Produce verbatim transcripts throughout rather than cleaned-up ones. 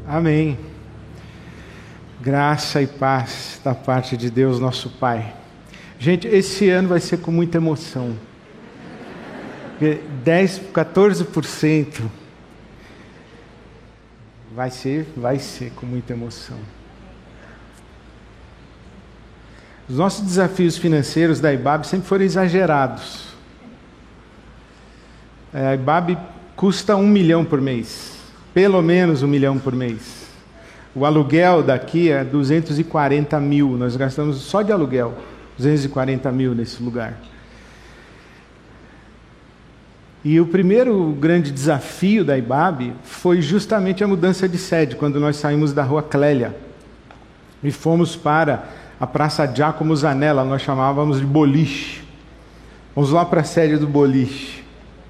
Amém. Graça e paz da parte de Deus, nosso Pai. Gente, esse ano vai ser com muita emoção. dez, quatorze por cento vai ser, vai ser com muita emoção. Os nossos desafios financeiros da I B A B sempre foram exagerados. A I B A B custa um milhão por mês, pelo menos um milhão por mês. O aluguel daqui é duzentos e quarenta mil, nós gastamos só de aluguel, duzentos e quarenta mil nesse lugar. E o primeiro grande desafio da I B A B foi justamente a mudança de sede, quando nós saímos da Rua Clélia e fomos para a Praça Giacomo Zanella, nós chamávamos de boliche. Vamos lá para a sede do boliche.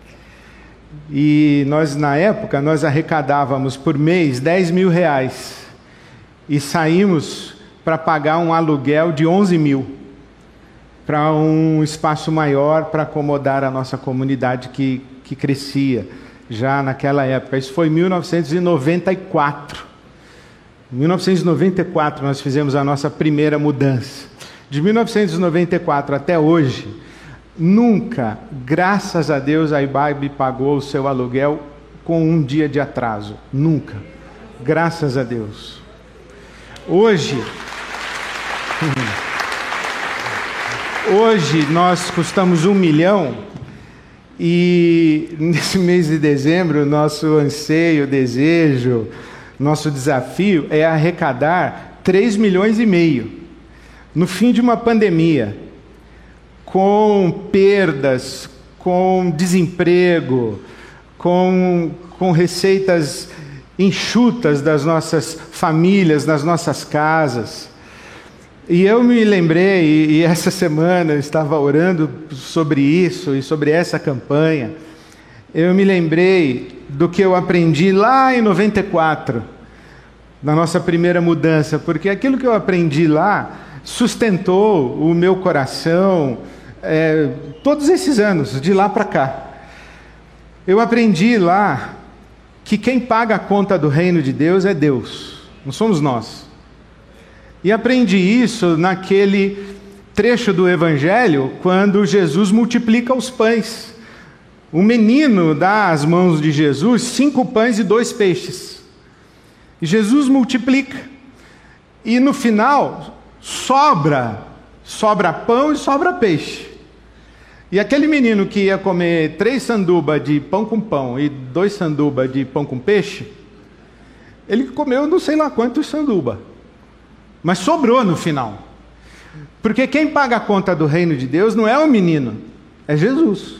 E nós, na época, nós arrecadávamos por mês dez mil reais e saímos para pagar um aluguel de onze mil para um espaço maior para acomodar a nossa comunidade que, que crescia já naquela época. Isso foi em mil novecentos e noventa e quatro. Em mil novecentos e noventa e quatro nós fizemos a nossa primeira mudança. De mil novecentos e noventa e quatro até hoje, nunca, graças a Deus, a I B A B pagou o seu aluguel com um dia de atraso. Nunca. Graças a Deus. Hoje, hoje nós custamos um milhão e nesse mês de dezembro, nosso anseio, desejo, nosso desafio é arrecadar três milhões e meio. No fim de uma pandemia, com perdas, com desemprego, com, com receitas enxutas das nossas famílias, das nossas casas. E eu me lembrei, e, e essa semana eu estava orando sobre isso e sobre essa campanha, eu me lembrei do que eu aprendi lá em noventa e quatro, na nossa primeira mudança, porque aquilo que eu aprendi lá sustentou o meu coração é, todos esses anos, de lá para cá. Eu aprendi lá que quem paga a conta do reino de Deus é Deus, não somos nós. E aprendi isso naquele trecho do Evangelho, quando Jesus multiplica os pães. O menino dá às mãos de Jesus cinco pães e dois peixes. E Jesus multiplica. E no final, sobra, sobra pão e sobra peixe. E aquele menino que ia comer três sanduba de pão com pão e dois sanduba de pão com peixe, ele comeu não sei lá quantos sanduba. Mas sobrou no final. Porque quem paga a conta do reino de Deus não é o menino, é Jesus.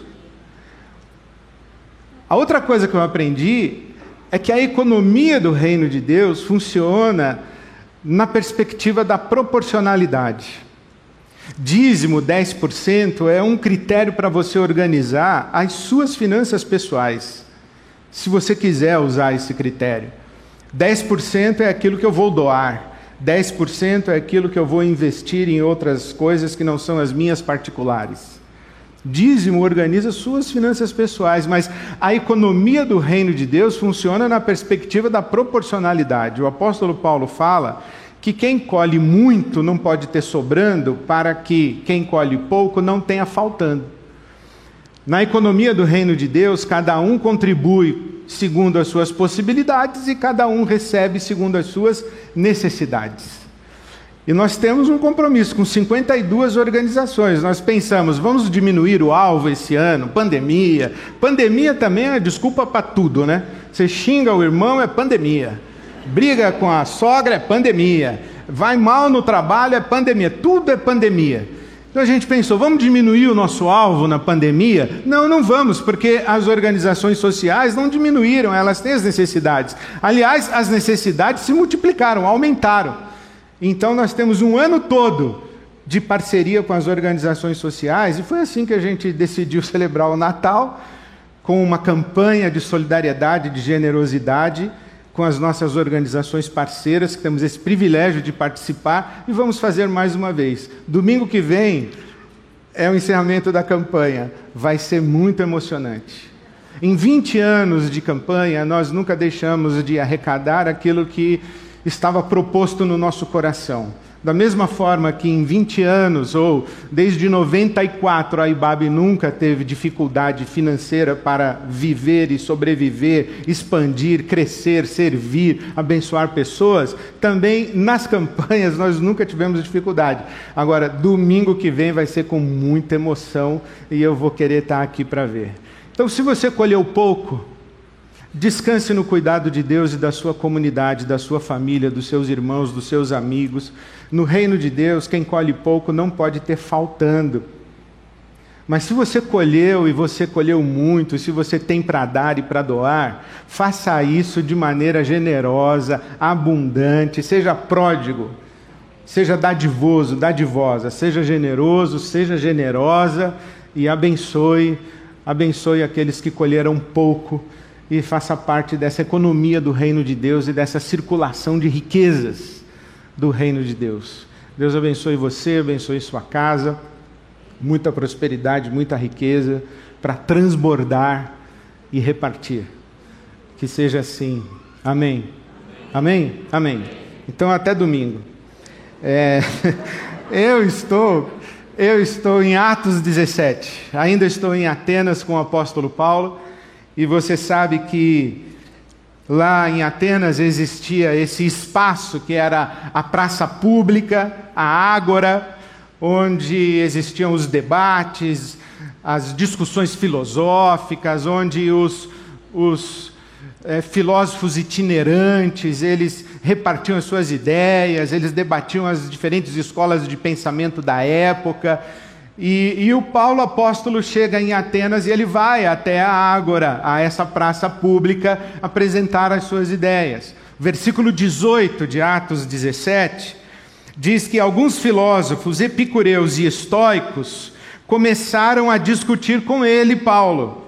A outra coisa que eu aprendi é que a economia do reino de Deus funciona na perspectiva da proporcionalidade. Dízimo, dez por cento, é um critério para você organizar as suas finanças pessoais, se você quiser usar esse critério. dez por cento é aquilo que eu vou doar, dez por cento é aquilo que eu vou investir em outras coisas que não são as minhas particulares. Dízimo organiza suas finanças pessoais, mas a economia do reino de Deus funciona na perspectiva da proporcionalidade. O apóstolo Paulo fala que quem colhe muito não pode ter sobrando, para que quem colhe pouco não tenha faltando. Na economia do reino de Deus, cada um contribui segundo as suas possibilidades e cada um recebe segundo as suas necessidades. E nós temos um compromisso com cinquenta e duas organizações. Nós pensamos, vamos diminuir o alvo esse ano, pandemia. Pandemia também é desculpa para tudo, né? Você xinga o irmão, é pandemia. Briga com a sogra, é pandemia. Vai mal no trabalho, é pandemia. Tudo é pandemia. Então a gente pensou, vamos diminuir o nosso alvo na pandemia? Não, não vamos, porque as organizações sociais não diminuíram, elas têm as necessidades. Aliás, as necessidades se multiplicaram, aumentaram. Então nós temos um ano todo de parceria com as organizações sociais, e foi assim que a gente decidiu celebrar o Natal, com uma campanha de solidariedade, de generosidade, com as nossas organizações parceiras, que temos esse privilégio de participar, e vamos fazer mais uma vez. Domingo que vem é o encerramento da campanha, vai ser muito emocionante. Em vinte anos de campanha, nós nunca deixamos de arrecadar aquilo que estava proposto no nosso coração. Da mesma forma que em vinte anos, ou desde noventa e quatro, a I B A B nunca teve dificuldade financeira para viver e sobreviver, expandir, crescer, servir, abençoar pessoas, também nas campanhas nós nunca tivemos dificuldade. Agora, domingo que vem vai ser com muita emoção e eu vou querer estar aqui para ver. Então, se você colheu pouco, descanse no cuidado de Deus e da sua comunidade, da sua família, dos seus irmãos, dos seus amigos. No reino de Deus, quem colhe pouco não pode ter faltando. Mas se você colheu e você colheu muito, se você tem para dar e para doar, faça isso de maneira generosa, abundante, seja pródigo, seja dadivoso, dadivosa, seja generoso, seja generosa e abençoe, abençoe aqueles que colheram pouco e faça parte dessa economia do reino de Deus e dessa circulação de riquezas do reino de Deus. Deus abençoe você, abençoe sua casa, muita prosperidade, muita riqueza, para transbordar e repartir. Que seja assim. Amém? Amém? Amém. Então até domingo. É, eu estou, eu estou em Atos dezessete, ainda estou em Atenas com o apóstolo Paulo, e você sabe que lá em Atenas existia esse espaço que era a praça pública, a ágora, onde existiam os debates, as discussões filosóficas, onde os, os é, filósofos itinerantes, eles repartiam as suas ideias, eles debatiam as diferentes escolas de pensamento da época. E, e o Paulo apóstolo chega em Atenas e ele vai até a ágora, a essa praça pública, apresentar as suas ideias. Versículo dezoito de Atos dezessete diz que alguns filósofos epicureus e estoicos começaram a discutir com ele, Paulo.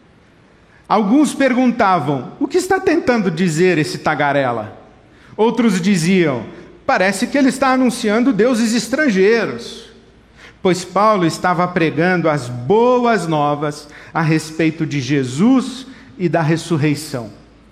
Alguns perguntavam: o que está tentando dizer esse tagarela? Outros diziam: parece que ele está anunciando deuses estrangeiros. Pois Paulo estava pregando as boas novas a respeito de Jesus e da ressurreição.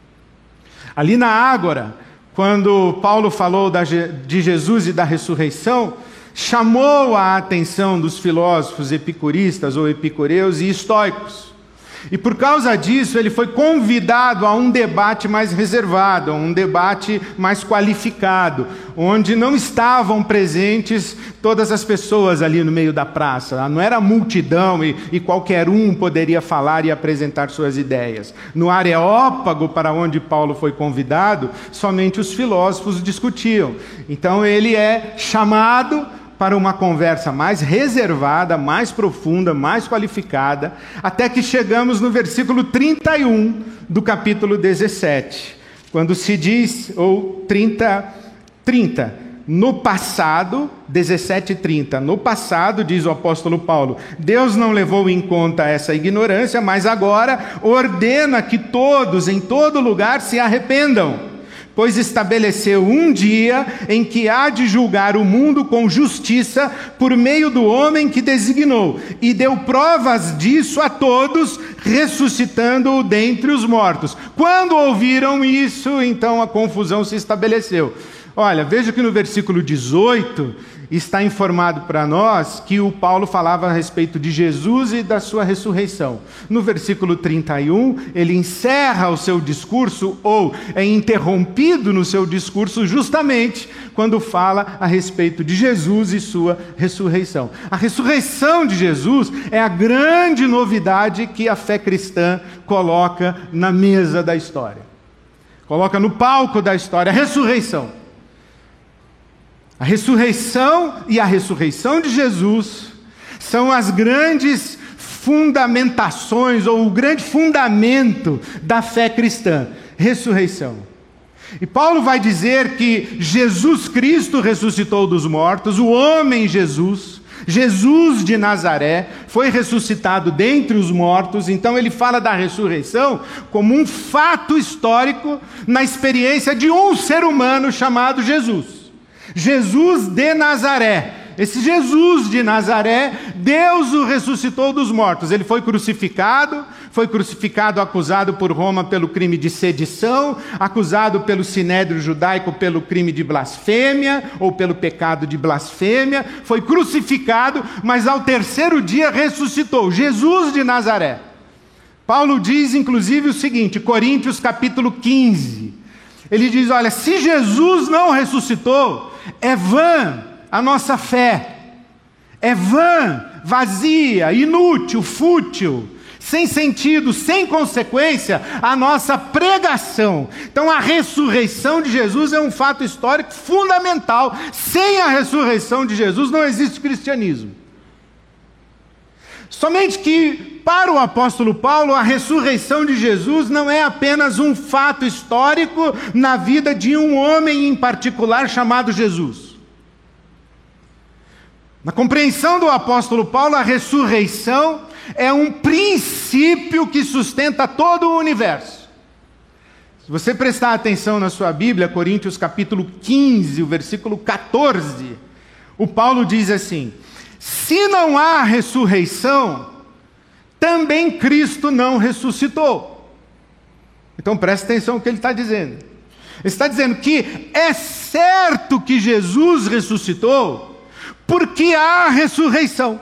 Ali na ágora, quando Paulo falou de Jesus e da ressurreição, chamou a atenção dos filósofos epicuristas ou epicureus e estoicos. E por causa disso, ele foi convidado a um debate mais reservado, a um debate mais qualificado, onde não estavam presentes todas as pessoas ali no meio da praça. Não era multidão e, e qualquer um poderia falar e apresentar suas ideias. No Areópago, para onde Paulo foi convidado, somente os filósofos discutiam. Então ele é chamado para uma conversa mais reservada, mais profunda, mais qualificada, até que chegamos no versículo trinta e um do capítulo dezessete, quando se diz, ou trinta, trinta, no passado, dezessete e trinta, no passado, diz o apóstolo Paulo, Deus não levou em conta essa ignorância, mas agora ordena que todos, em todo lugar, se arrependam. Pois estabeleceu um dia em que há de julgar o mundo com justiça por meio do homem que designou, e deu provas disso a todos, ressuscitando-o dentre os mortos. Quando ouviram isso, então a confusão se estabeleceu. Olha, veja que no versículo dezoito está informado para nós que o Paulo falava a respeito de Jesus e da sua ressurreição. No versículo trinta e um, ele encerra o seu discurso, ou é interrompido no seu discurso justamente quando fala a respeito de Jesus e sua ressurreição. A ressurreição de Jesus é a grande novidade que a fé cristã coloca na mesa da história. Coloca no palco da história a ressurreição. A ressurreição e a ressurreição de Jesus são as grandes fundamentações, ou o grande fundamento da fé cristã. Ressurreição. E Paulo vai dizer que Jesus Cristo ressuscitou dos mortos, o homem Jesus, Jesus de Nazaré, foi ressuscitado dentre os mortos. Então ele fala da ressurreição como um fato histórico na experiência de um ser humano chamado Jesus. Jesus de Nazaré, esse Jesus de Nazaré, Deus o ressuscitou dos mortos. Ele foi crucificado, foi crucificado acusado por Roma pelo crime de sedição, acusado pelo sinédrio judaico pelo crime de blasfêmia, ou pelo pecado de blasfêmia, foi crucificado, mas ao terceiro dia ressuscitou, Jesus de Nazaré. Paulo diz, inclusive, o seguinte, Coríntios capítulo quinze, ele diz, olha, se Jesus não ressuscitou, é vã a nossa fé, é vã, vazia, inútil, fútil, sem sentido, sem consequência, a nossa pregação. Então a ressurreição de Jesus é um fato histórico fundamental. Sem a ressurreição de Jesus não existe cristianismo. Somente que, para o apóstolo Paulo, a ressurreição de Jesus não é apenas um fato histórico na vida de um homem em particular chamado Jesus. Na compreensão do apóstolo Paulo, a ressurreição é um princípio que sustenta todo o universo. Se você prestar atenção na sua Bíblia, Coríntios capítulo quinze, o versículo quatorze, o Paulo diz assim: se não há ressurreição, também Cristo não ressuscitou. Então preste atenção no que ele está dizendo. Ele está dizendo que é certo que Jesus ressuscitou, porque há ressurreição.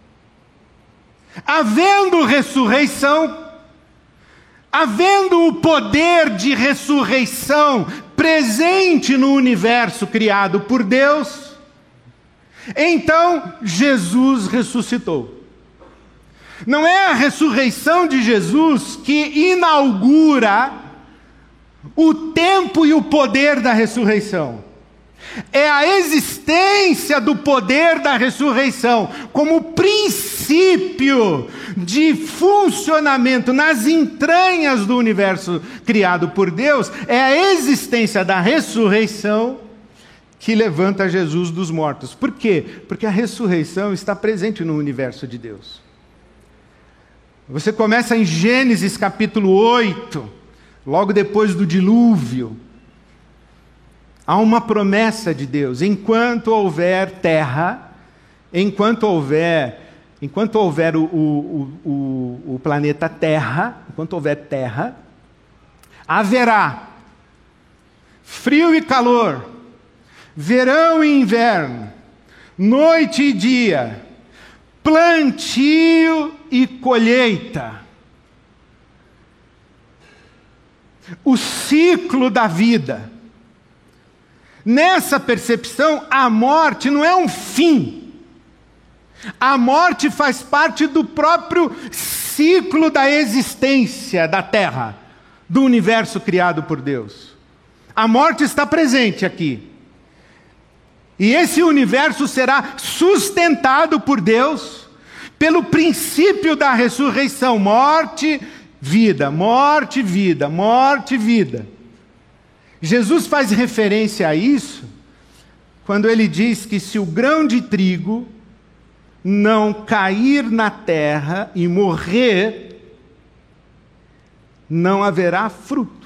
Havendo ressurreição, havendo o poder de ressurreição presente no universo criado por Deus, então Jesus ressuscitou. Não é a ressurreição de Jesus que inaugura o tempo e o poder da ressurreição. É a existência do poder da ressurreição como princípio de funcionamento nas entranhas do universo criado por Deus. É a existência da ressurreição que levanta Jesus dos mortos. Por quê? Porque a ressurreição está presente no universo de Deus. Você começa em Gênesis capítulo oito, logo depois do dilúvio. Há uma promessa de Deus: enquanto houver terra, enquanto houver, enquanto houver o, o, o, o planeta Terra, enquanto houver terra, haverá frio e calor, verão e inverno, noite e dia, plantio e colheita. O ciclo da vida. Nessa percepção, a morte não é um fim. A morte faz parte do próprio ciclo da existência da Terra, do universo criado por Deus. A morte está presente aqui. E esse universo será sustentado por Deus pelo princípio da ressurreição. Morte, vida, morte, vida, morte, vida. Jesus faz referência a isso quando ele diz que se o grão de trigo não cair na terra e morrer, não haverá fruto.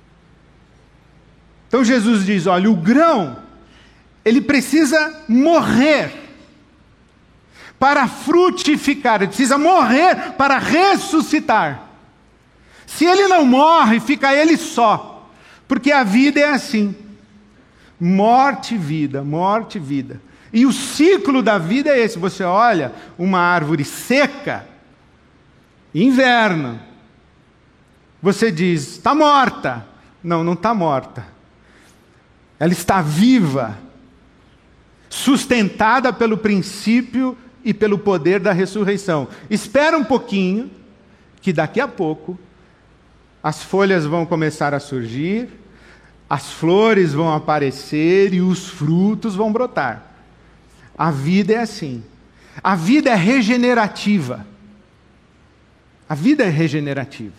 Então Jesus diz, olha, o grão, ele precisa morrer para frutificar, ele precisa morrer para ressuscitar. Se ele não morre, fica ele só. Porque a vida é assim, morte e vida, morte e vida. E o ciclo da vida é esse. Você olha uma árvore seca, inverno, você diz, está morta. Não, não está morta. Ela está viva, sustentada pelo princípio e pelo poder da ressurreição. Espera um pouquinho, que daqui a pouco as folhas vão começar a surgir, as flores vão aparecer e os frutos vão brotar. A vida é assim. A vida é regenerativa. A vida é regenerativa.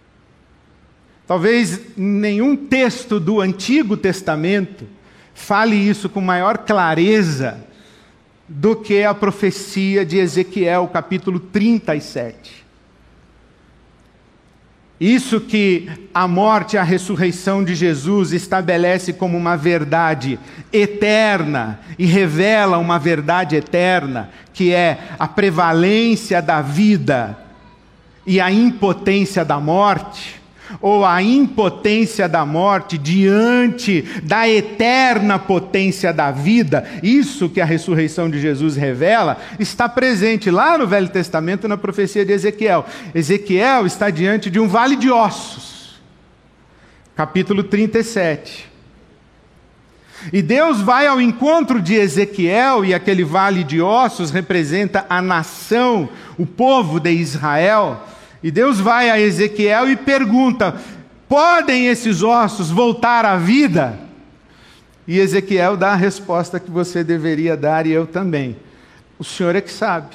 Talvez nenhum texto do Antigo Testamento fale isso com maior clareza do que a profecia de Ezequiel, capítulo trinta e sete. Isso que a morte e a ressurreição de Jesus estabelece como uma verdade eterna e revela uma verdade eterna, que é a prevalência da vida e a impotência da morte, ou a impotência da morte diante da eterna potência da vida. Isso que a ressurreição de Jesus revela está presente lá no Velho Testamento, na profecia de Ezequiel. Ezequiel está diante de um vale de ossos, capítulo trinta e sete. E Deus vai ao encontro de Ezequiel, e aquele vale de ossos representa a nação, o povo de Israel. E Deus vai a Ezequiel e pergunta: podem esses ossos voltar à vida? E Ezequiel dá a resposta que você deveria dar, e eu também: o Senhor é que sabe.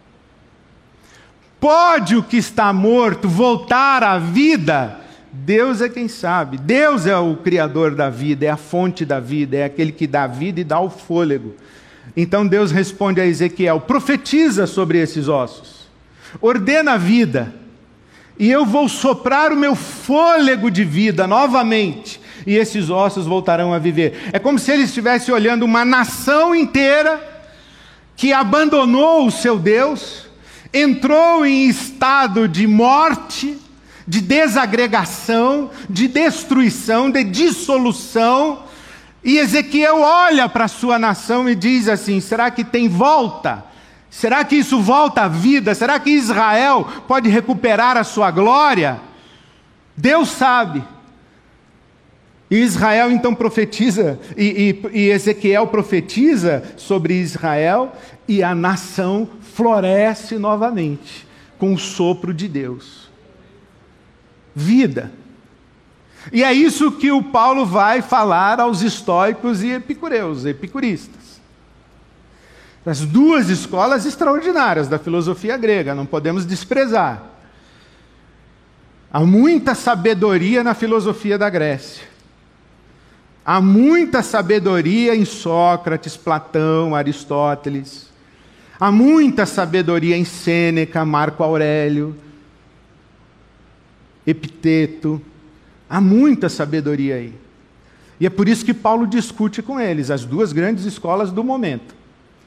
Pode o que está morto voltar à vida? Deus é quem sabe. Deus é o criador da vida, é a fonte da vida, é aquele que dá vida e dá o fôlego. Então Deus responde a Ezequiel: profetiza sobre esses ossos, ordena a vida, e eu vou soprar o meu fôlego de vida novamente, e esses ossos voltarão a viver. É como se ele estivesse olhando uma nação inteira que abandonou o seu Deus, entrou em estado de morte, de desagregação, de destruição, de dissolução, e Ezequiel olha para a sua nação e diz assim: será que tem volta? Será que isso volta à vida? Será que Israel pode recuperar a sua glória? Deus sabe. E Israel então profetiza, e, e, e Ezequiel profetiza sobre Israel, e a nação floresce novamente com o sopro de Deus. Vida. E é isso que o Paulo vai falar aos estoicos e epicureus, epicuristas. As duas escolas extraordinárias da filosofia grega, não podemos desprezar. Há muita sabedoria na filosofia da Grécia. Há muita sabedoria em Sócrates, Platão, Aristóteles. Há muita sabedoria em Sêneca, Marco Aurélio, Epiteto. Há muita sabedoria aí. E é por isso que Paulo discute com eles, as duas grandes escolas do momento.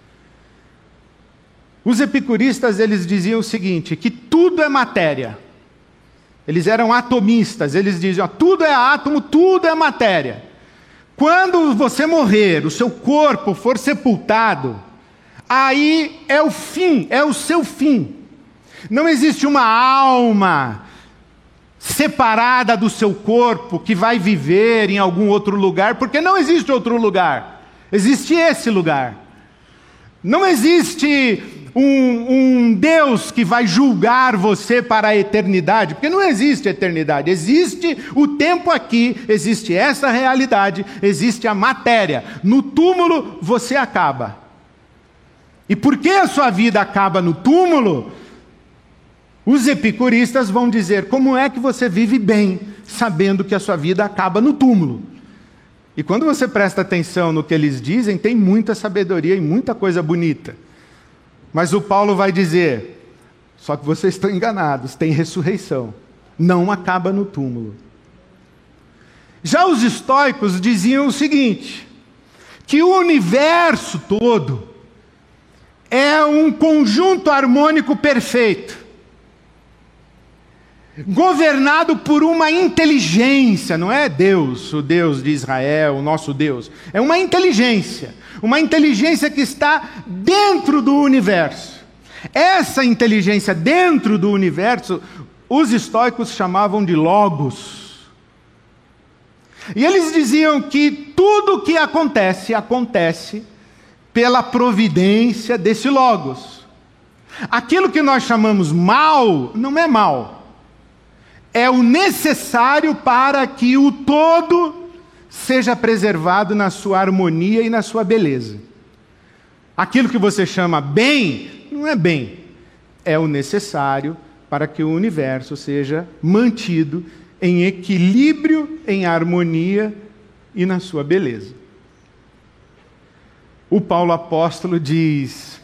Os epicuristas, eles diziam o seguinte, que tudo é matéria. Eles eram atomistas, eles diziam: ó, tudo é átomo, tudo é matéria. Quando você morrer, o seu corpo for sepultado, aí é o fim, é o seu fim. Não existe uma alma separada do seu corpo que vai viver em algum outro lugar, porque não existe outro lugar. Existe esse lugar. Não existe um, um Deus que vai julgar você para a eternidade, porque não existe eternidade. Existe o tempo aqui, existe essa realidade, existe a matéria. No túmulo você acaba. E por que a sua vida acaba no túmulo? Os epicuristas vão dizer: como é que você vive bem, sabendo que a sua vida acaba no túmulo? E quando você presta atenção no que eles dizem, tem muita sabedoria e muita coisa bonita. Mas o Paulo vai dizer: só que vocês estão enganados, tem ressurreição, não acaba no túmulo. Já os estoicos diziam o seguinte, que o universo todo é um conjunto harmônico perfeito, governado por uma inteligência. Não é Deus, o Deus de Israel, o nosso Deus. É uma inteligência. Uma inteligência que está dentro do universo. Essa inteligência dentro do universo, os estoicos chamavam de logos. E eles diziam que tudo o que acontece, acontece pela providência desse logos. Aquilo que nós chamamos mal, não é mal. É o necessário para que o todo seja preservado na sua harmonia e na sua beleza. Aquilo que você chama bem, não é bem. É o necessário para que o universo seja mantido em equilíbrio, em harmonia e na sua beleza. O Paulo apóstolo diz: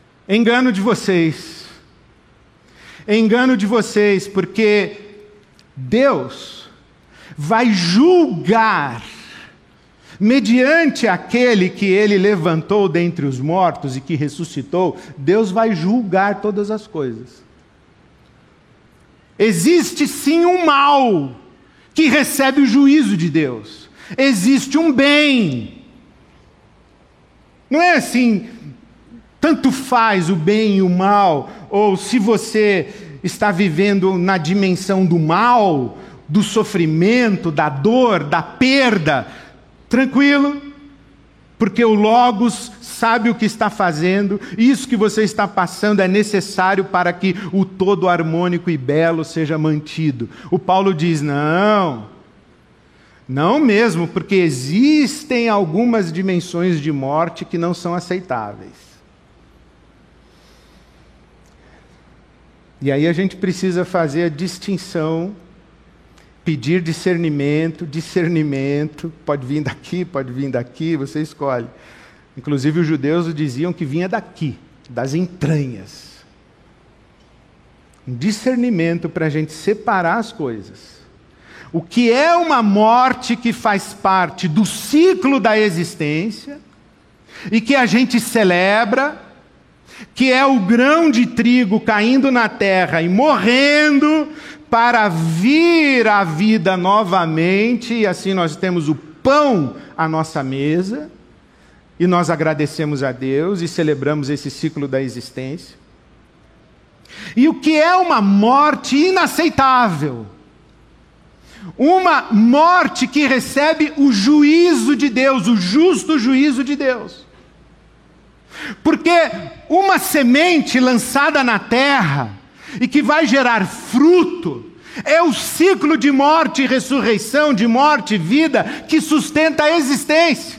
engano de vocês, engano de vocês, porque Deus vai julgar, mediante aquele que ele levantou dentre os mortos e que ressuscitou, Deus vai julgar todas as coisas. Existe sim um mal que recebe o juízo de Deus. Existe um bem. Não é assim, tanto faz o bem e o mal, ou se você está vivendo na dimensão do mal, do sofrimento, da dor, da perda, tranquilo, porque o Logos sabe o que está fazendo, e isso que você está passando é necessário para que o todo harmônico e belo seja mantido. O Paulo diz, não, não mesmo, porque existem algumas dimensões de morte que não são aceitáveis. E aí a gente precisa fazer a distinção, pedir discernimento, discernimento, pode vir daqui, pode vir daqui, você escolhe. Inclusive os judeus diziam que vinha daqui, das entranhas. Um discernimento para a gente separar as coisas. O que é uma morte que faz parte do ciclo da existência e que a gente celebra, que é o grão de trigo caindo na terra e morrendo para vir à vida novamente, e assim nós temos o pão à nossa mesa, e nós agradecemos a Deus e celebramos esse ciclo da existência. E o que é uma morte inaceitável? Uma morte que recebe o juízo de Deus, o justo juízo de Deus. Porque uma semente lançada na terra e que vai gerar fruto, é o ciclo de morte e ressurreição, de morte e vida, que sustenta a existência.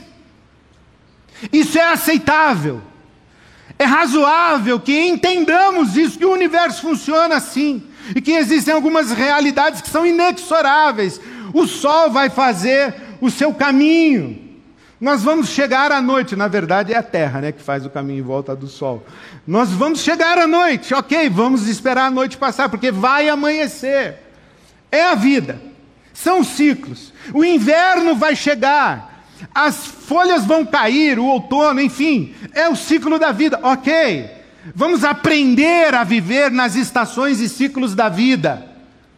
Isso é aceitável. É razoável que entendamos isso, que o universo funciona assim, e que existem algumas realidades que são inexoráveis. O sol vai fazer o seu caminho. Nós vamos chegar à noite, na verdade é a Terra, né, que faz o caminho em volta do Sol. Nós vamos chegar à noite, ok, vamos esperar a noite passar, porque vai amanhecer. É a vida, são ciclos. O inverno vai chegar, as folhas vão cair, o outono, enfim, é o ciclo da vida, ok. Vamos aprender a viver nas estações e ciclos da vida.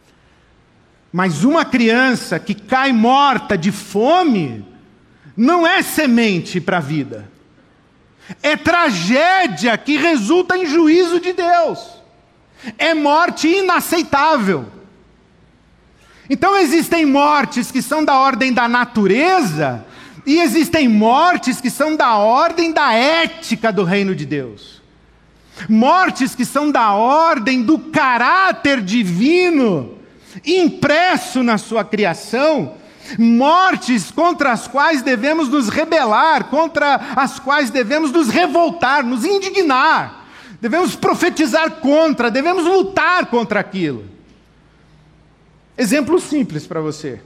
Mas uma criança que cai morta de fome, não é semente para a vida. É tragédia que resulta em juízo de Deus. É morte inaceitável. Então existem mortes que são da ordem da natureza, e existem mortes que são da ordem da ética do reino de Deus. Mortes que são da ordem do caráter divino, impresso na sua criação, mortes contra as quais devemos nos rebelar, contra as quais devemos nos revoltar, nos indignar, devemos profetizar contra, devemos lutar contra aquilo. Exemplo simples para você.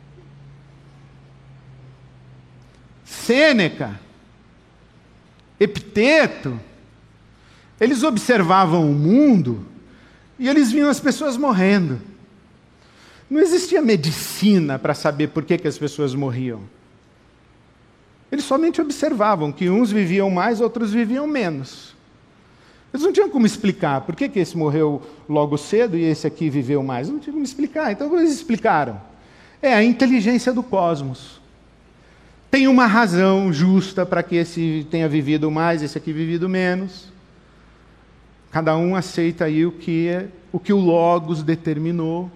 Sêneca, Epiteto, eles observavam o mundo e eles viam as pessoas morrendo. Não existia medicina para saber por que, que as pessoas morriam. Eles somente observavam que uns viviam mais, outros viviam menos. Eles não tinham como explicar por que, que esse morreu logo cedo e esse aqui viveu mais. Não tinham como explicar. Então eles explicaram. É a inteligência do cosmos. Tem uma razão justa para que esse tenha vivido mais, esse aqui vivido menos. Cada um aceita aí o que, é, o, que o Logos determinou.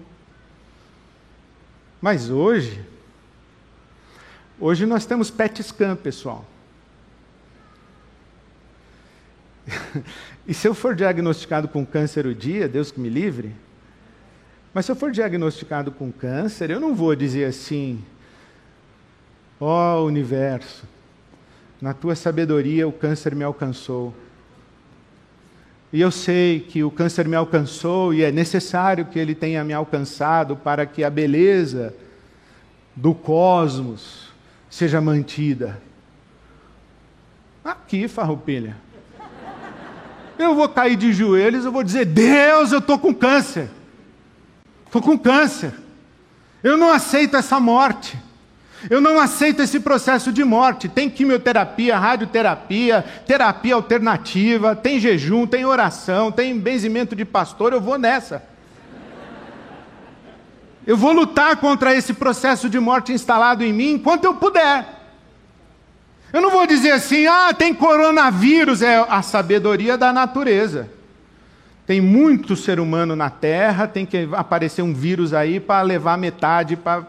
Mas hoje, hoje nós temos P E T scan, pessoal. E se eu for diagnosticado com câncer o dia, Deus que me livre, mas se eu for diagnosticado com câncer, eu não vou dizer assim, ó oh, universo, na tua sabedoria o câncer me alcançou. E eu sei que o câncer me alcançou e é necessário que ele tenha me alcançado para que a beleza do cosmos seja mantida. Aqui, farroupilha. Eu vou cair de joelhos, eu vou dizer, Deus, eu estou com câncer. Estou com câncer. Eu não aceito essa morte. Eu não aceito esse processo de morte. Tem quimioterapia, radioterapia, terapia alternativa, tem jejum, tem oração, tem benzimento de pastor, eu vou nessa. Eu vou lutar contra esse processo de morte instalado em mim enquanto eu puder. Eu não vou dizer assim, ah, tem coronavírus, é a sabedoria da natureza. Tem muito ser humano na Terra, tem que aparecer um vírus aí para levar metade, para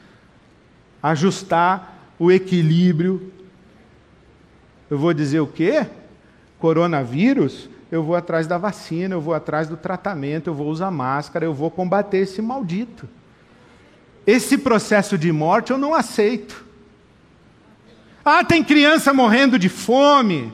ajustar o equilíbrio. Eu vou dizer o quê? Coronavírus? Eu vou atrás da vacina, eu vou atrás do tratamento, eu vou usar máscara, eu vou combater esse maldito. Esse processo de morte eu não aceito. Ah, tem criança morrendo de fome.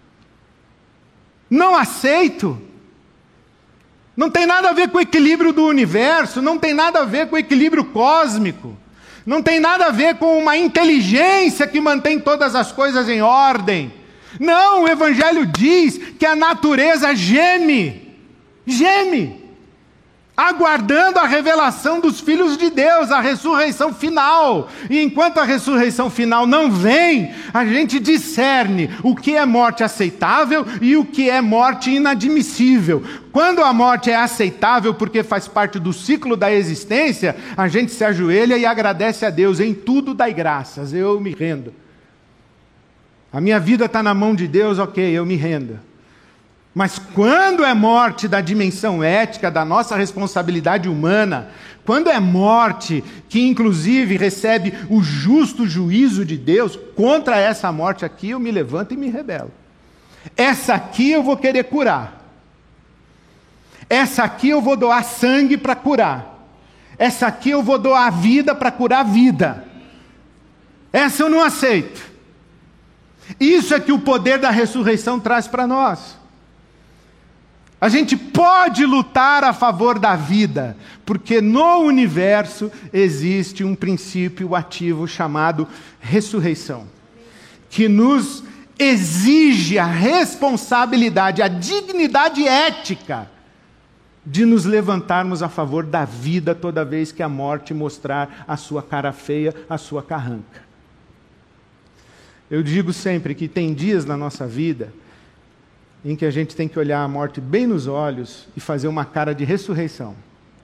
Não aceito. Não tem nada a ver com o equilíbrio do universo, não tem nada a ver com o equilíbrio cósmico. Não tem nada a ver com uma inteligência que mantém todas as coisas em ordem. Não, o Evangelho diz que a natureza geme, geme, aguardando a revelação dos filhos de Deus, a ressurreição final. E enquanto a ressurreição final não vem, a gente discerne o que é morte aceitável e o que é morte inadmissível. Quando a morte é aceitável porque faz parte do ciclo da existência, a gente se ajoelha e agradece a Deus. Em tudo dai graças, eu me rendo. A minha vida está na mão de Deus, ok, eu me rendo. Mas quando é morte da dimensão ética, da nossa responsabilidade humana, quando é morte que inclusive recebe o justo juízo de Deus, contra essa morte aqui eu me levanto e me rebelo. Essa aqui eu vou querer curar. Essa aqui eu vou doar sangue para curar. Essa aqui eu vou doar vida para curar a vida. Essa eu não aceito. Isso é que o poder da ressurreição traz para nós. A gente pode lutar a favor da vida, porque no universo existe um princípio ativo chamado ressurreição, que nos exige a responsabilidade, a dignidade ética de nos levantarmos a favor da vida toda vez que a morte mostrar a sua cara feia, a sua carranca. Eu digo sempre que tem dias na nossa vida em que a gente tem que olhar a morte bem nos olhos e fazer uma cara de ressurreição.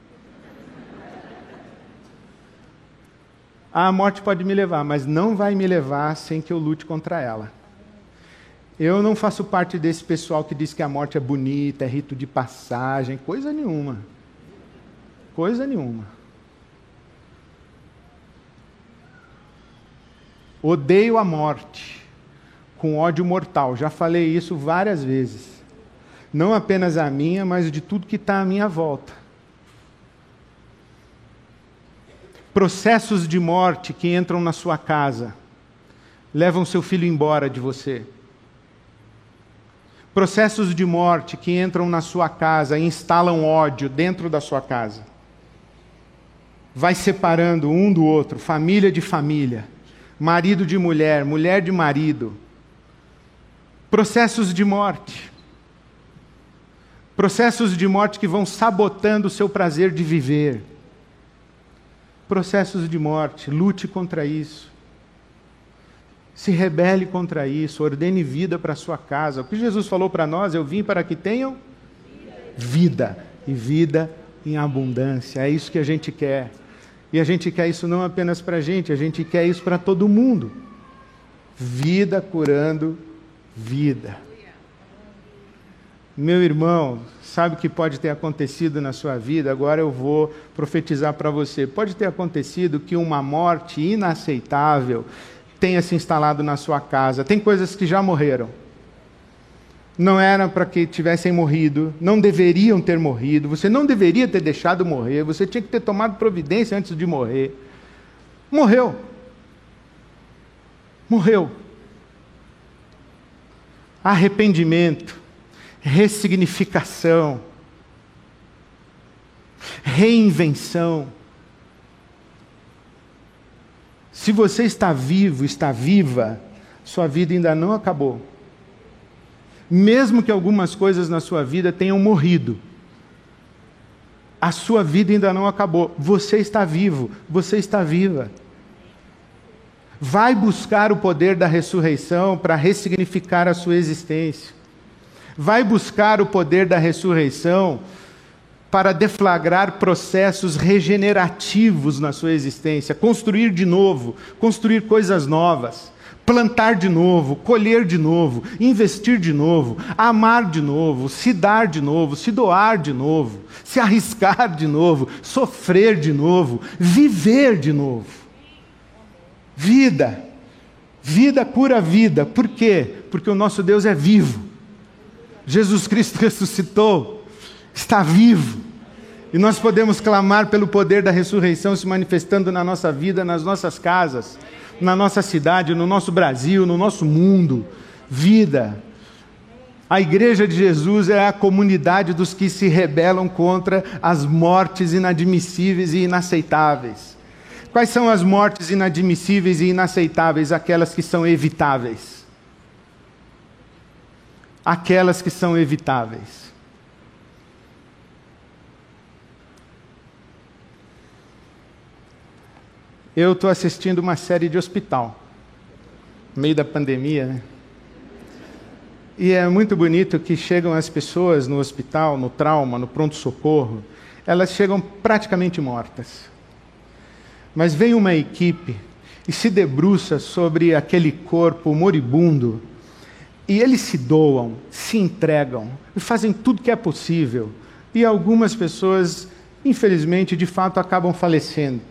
A morte pode me levar, mas não vai me levar sem que eu lute contra ela. Eu não faço parte desse pessoal que diz que a morte é bonita, é rito de passagem, coisa nenhuma. Coisa nenhuma. Odeio a morte com ódio mortal. Já falei isso várias vezes. Não apenas a minha, mas de tudo que está à minha volta. Processos de morte que entram na sua casa, levam seu filho embora de você. Processos de morte que entram na sua casa e instalam ódio dentro da sua casa. Vai separando um do outro, família de família, marido de mulher, mulher de marido. Processos de morte. Processos de morte que vão sabotando o seu prazer de viver. Processos de morte, lute contra isso. Se rebele contra isso, ordene vida para a sua casa. O que Jesus falou para nós, eu vim para que tenham vida, e vida em abundância. É isso que a gente quer. E a gente quer isso não apenas para a gente, a gente quer isso para todo mundo. Vida curando vida. Meu irmão, sabe o que pode ter acontecido na sua vida? Agora eu vou profetizar para você. Pode ter acontecido que uma morte inaceitável tenha se instalado na sua casa. Tem coisas que já morreram. Não era para que tivessem morrido, não deveriam ter morrido, você não deveria ter deixado morrer, você tinha que ter tomado providência antes de morrer. Morreu. Morreu. Arrependimento, ressignificação, reinvenção. Se você está vivo, está viva, sua vida ainda não acabou. Mesmo que algumas coisas na sua vida tenham morrido. A sua vida ainda não acabou. Você está vivo, você está viva. Vai buscar o poder da ressurreição para ressignificar a sua existência. Vai buscar o poder da ressurreição para deflagrar processos regenerativos na sua existência, construir de novo, construir coisas novas, plantar de novo, colher de novo, investir de novo, amar de novo, se dar de novo, se doar de novo, se arriscar de novo, sofrer de novo, viver de novo. Vida. Vida cura vida. Por quê? Porque o nosso Deus é vivo. Jesus Cristo ressuscitou, está vivo. E nós podemos clamar pelo poder da ressurreição se manifestando na nossa vida, nas nossas casas, na nossa cidade, no nosso Brasil, no nosso mundo. Vida. A igreja de Jesus é a comunidade dos que se rebelam contra as mortes inadmissíveis e inaceitáveis. Quais são as mortes inadmissíveis e inaceitáveis? Aquelas que são evitáveis. Aquelas que são evitáveis. Eu estou assistindo uma série de hospital, no meio da pandemia, né? E é muito bonito que chegam as pessoas no hospital, no trauma, no pronto-socorro, elas chegam praticamente mortas. Mas vem uma equipe e se debruça sobre aquele corpo moribundo, e eles se doam, se entregam, e fazem tudo que é possível. E algumas pessoas, infelizmente, de fato, acabam falecendo.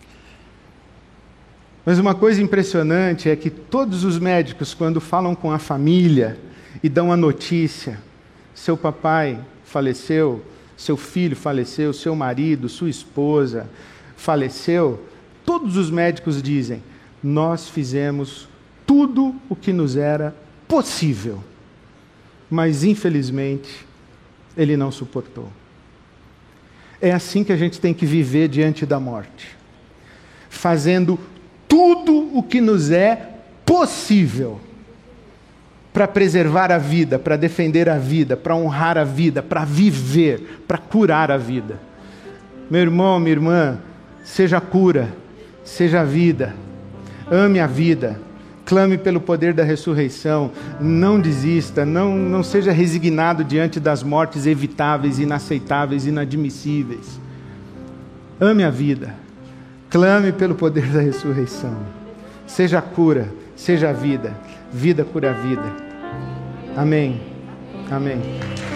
Mas uma coisa impressionante é que todos os médicos, quando falam com a família e dão a notícia, seu papai faleceu, seu filho faleceu, seu marido, sua esposa faleceu, todos os médicos dizem: nós fizemos tudo o que nos era possível, mas infelizmente ele não suportou. É assim que a gente tem que viver diante da morte, fazendo tudo o que nos é possível para preservar a vida, para defender a vida, para honrar a vida, para viver, para curar a vida. Meu irmão, minha irmã, seja cura, seja vida, ame a vida, clame pelo poder da ressurreição, não desista, não, não seja resignado diante das mortes evitáveis, inaceitáveis, inadmissíveis. Ame a vida. Clame pelo poder da ressurreição. Seja a cura, seja a vida. Vida cura a vida. Amém. Amém.